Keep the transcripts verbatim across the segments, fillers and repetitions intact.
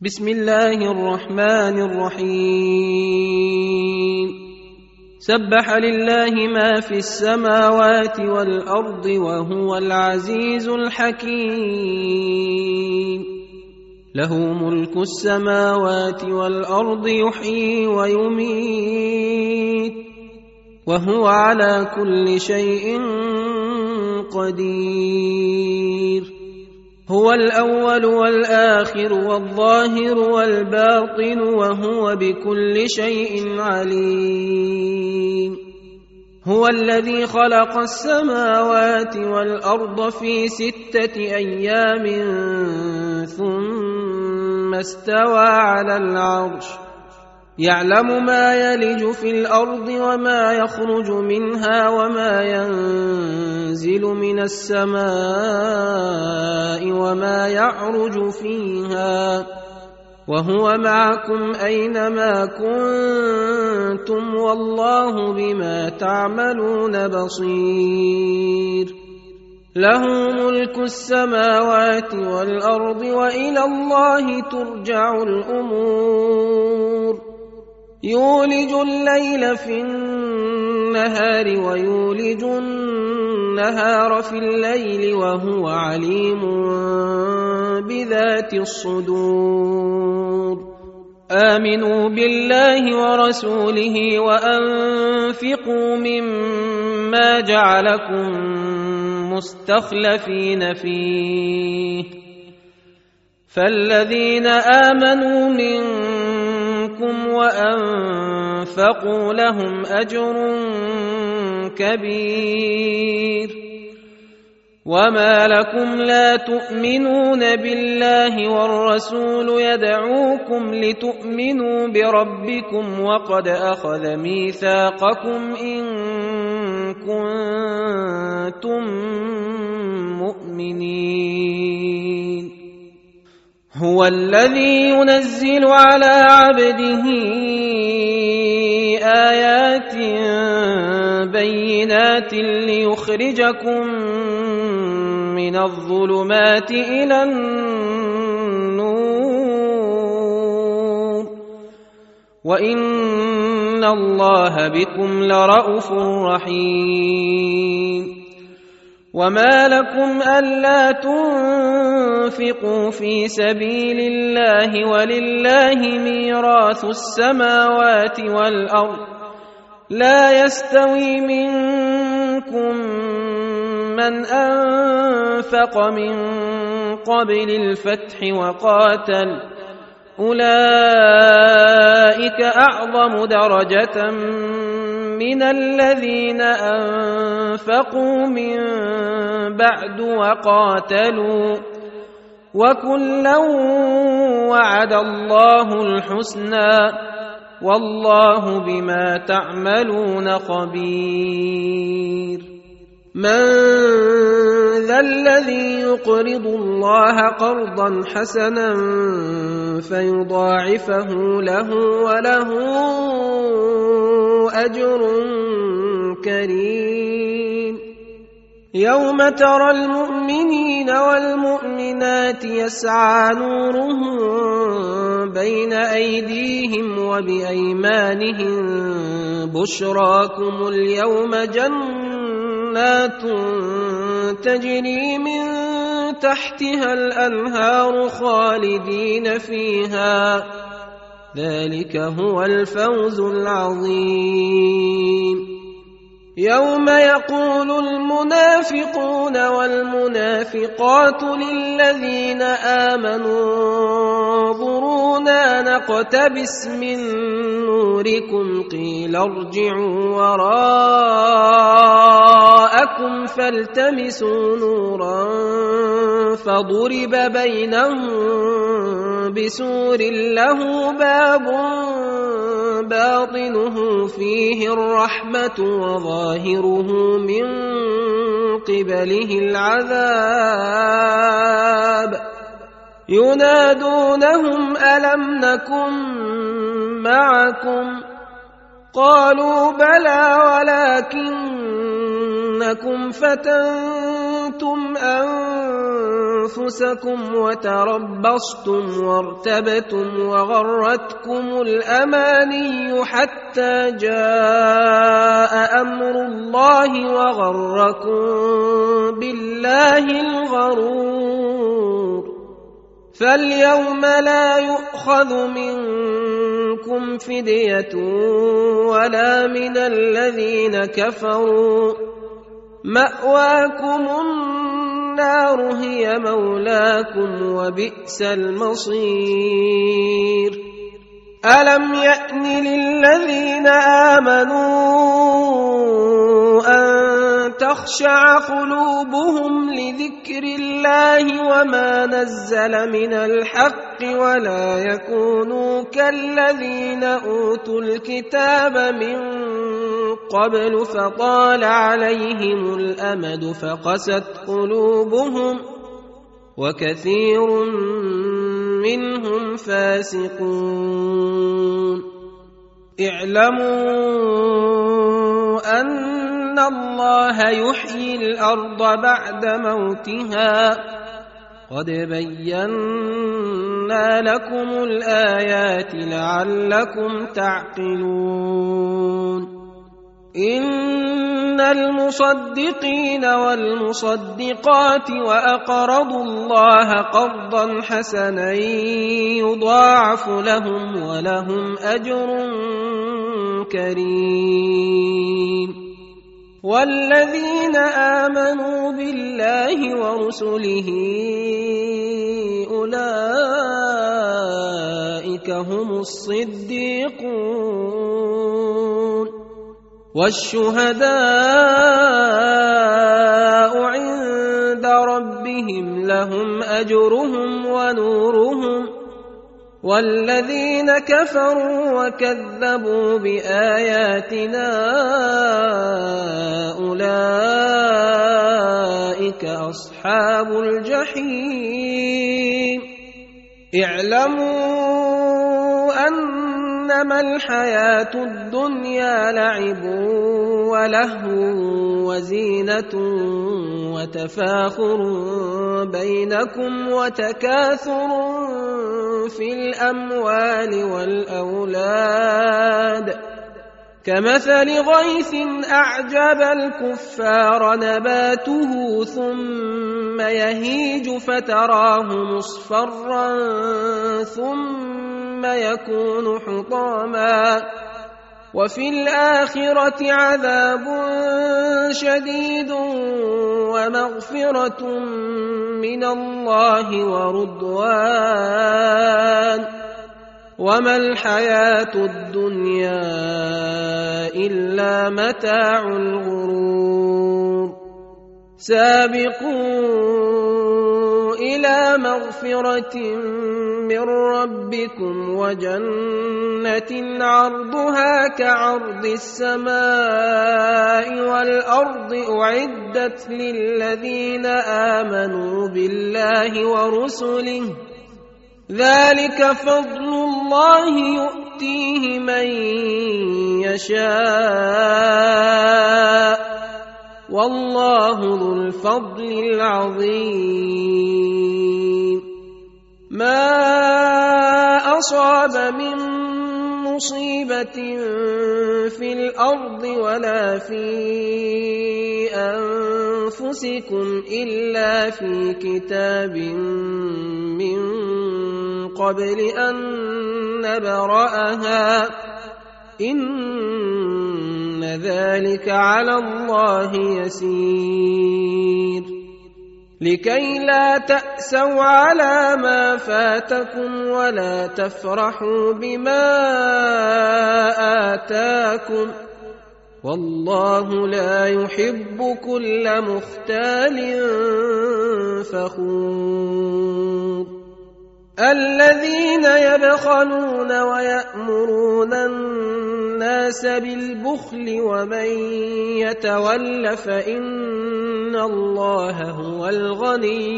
بسم الله الرحمن الرحيم سبح لله ما في السماوات والأرض وهو العزيز الحكيم له ملك السماوات والأرض يحيي ويميت وهو على كل شيء قدير هو الأول والآخر والظاهر والباطن وهو بكل شيء عليم هو الذي خلق السماوات والأرض في ستة أيام ثم استوى على العرش يعلم ما يلج في الأرض وما يخرج منها وما ينزل من السماء وما يعرج فيها وهو معكم أينما كنتم والله بما تعملون بصير له ملك السماوات والأرض وإلى الله ترجع الأمور يولج الليل في النهار ويولج النهار في الليل وهو عليم بذات الصدور آمنوا بالله ورسوله وأنفقوا مما جعلكم مستخلفين فيه فالذين آمنوا منكم وأنفقوا لهم أجر كبير وما لكم لا تؤمنون بالله والرسول يدعوكم لتؤمنوا بربكم وقد أخذ ميثاقكم إن كنتم مؤمنين هو الذي ينزل على عبده آيات بينات ليخرجكم من الظلمات إلى النور وإن الله بكم لرءوف رحيم وما لكم ألا تنفقوا في سبيل الله ولله ميراث السماوات والأرض لا يستوي منكم من أنفق من قبل الفتح وقاتل أولئك أعظم درجة من الذين أنفقوا من بعد وقاتلوا وكلا وعد الله الحسنى والله بما تعملون خبير من ذا الذي يقرض الله قرضا حسنا فيضاعفه له وله أجر كريم يوم ترى المؤمنين والمؤمنات يسعى نورهم بين أيديهم وبأيمانهم بشراكم اليوم جنات تجري من تحتها الأنهار خالدين فيها ذلك هو الفوز العظيم يوم يقول المنافقون والمنافقات للذين آمنوا انظرونا نقتبس من نوركم قيل ارجعوا وراءكم فالتمسوا نورا فضرب بينهم بسور له باب باطنه فيه الرحمة وظاهره من قبله العذاب ينادونهم ألم نكن معكم قالوا بلى ولكنكم فتنتم أنفسكم أنفسكم وتربصتم وارتبتم وغرتكم الأماني حتى جاء أمر الله وغركم بالله الغرور فاليوم لا يؤخذ منكم فدية ولا من الذين كفروا مأواكم النار هي مولاكم وبئس المصير ألم يأن للذين آمنوا أن تخشع قلوبهم لذكر الله وما نزل من الحق ولا يكونوا كالذين أوتوا الكتاب من قبل فطال عليهم الأمد فقست قلوبهم وكثير منهم فاسقون اعلموا أن الله يحيي الأرض بعد موتها قد بينا لكم الآيات لعلكم تعقلون إن المصدقين والمصدقات وأقرضوا الله قرضا حسنا يضاعف لهم ولهم أجر كريم والذين آمنوا بالله ورسله أولئك هم الصديقون والشهداء عند ربهم لهم أجرهم ونورهم والذين كفروا وكذبوا بآياتنا أولئك أصحاب الجحيم اعلموا أنما الحياة الدنيا لعب ولهو وزينة وتفاخر بينكم وتكاثر في الأموال والأولاد كمثل غيث أعجب الكفار نباته ثم يهيج فتراه مصفرا ثم يكون حطاما وفي الآخرة عذاب شديد ومغفرة من الله ورضوان وما الحياة الدنيا إلا متاع الغرور سابقوا إلى مغفرة من ربكم وجنة عرضها كعرض السماء والأرض أعدت للذين آمنوا بالله ورسله ذلك فضل الله يؤتيه من يشاء والله ذو الفضل العظيم ما أصاب من مصيبة في الأرض ولا في أنفسكم إلا في كتاب من قبل أن نبرأها إن ذلك على الله يسير لكي لا تأسوا على ما فاتكم ولا تفرحوا بما آتاكم والله لا يحب كل مختال فخور الذين يبخلون ويأمرون الناس بالبخل ومن يتول فإن الله هو الغني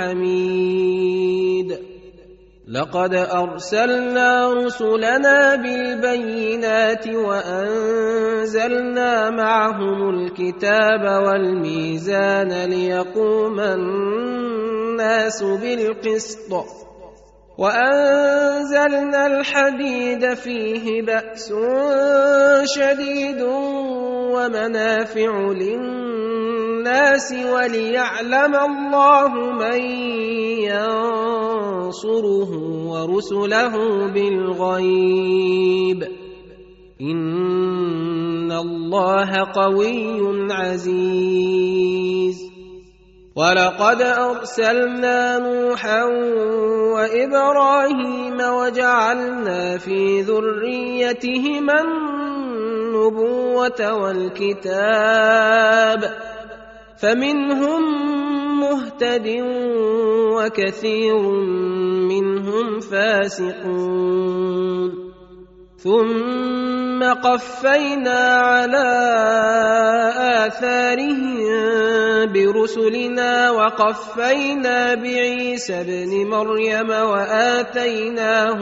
الحميد لقد أرسلنا رسلنا بالبينات وأنزلنا معهم الكتاب والميزان ليقوم الناس الناس بالقسط وأنزلنا الحديد فيه بأس شديد ومنافع للناس وليعلم الله من ينصره ورسله بالغيب إن الله قوي عزيز. ولقد أرسلنا نوحا وإبراهيم وجعلنا في ذريتهما النبوة والكتاب فمنهم مهتد وكثير منهم فاسقون ثم قفينا على آثارهم برسلنا وقفينا بعيسى ابن مريم وآتيناه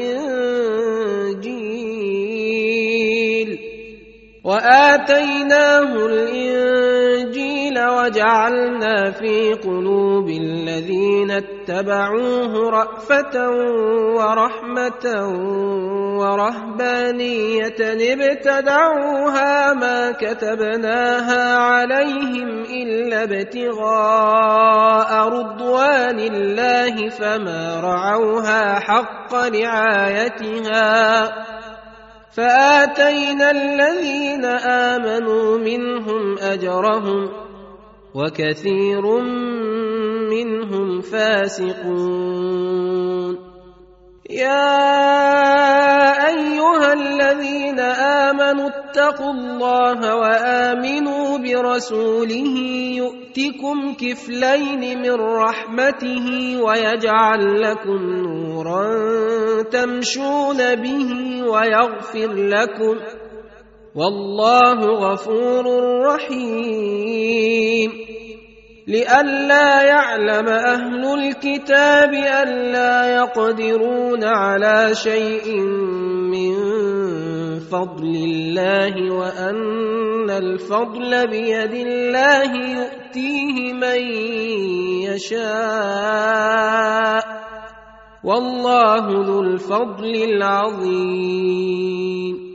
الإنجيل وآتيناه الإنجيل وجعلنا في قلوب الذين اتبعوه رأفة ورحمة ورهبانية ابتدعوها ما كتبناها عليهم إلا ابتغاء رضوان الله فما رعوها حق رعايتها فآتينا الذين آمنوا منهم أجرهم وكثير منهم فاسقون. يا أيها الذين آمنوا اتقوا الله وآمنوا برسوله يؤتكم كفلين من رحمته ويجعل لكم نورا تمشون به ويغفر لكم والله غفور رحيم. لئلا يعلم أهل الكتاب ألا يقدرون على شيء من فضل الله وأن الفضل بيد الله يؤتيه من يشاء والله ذو الفضل العظيم.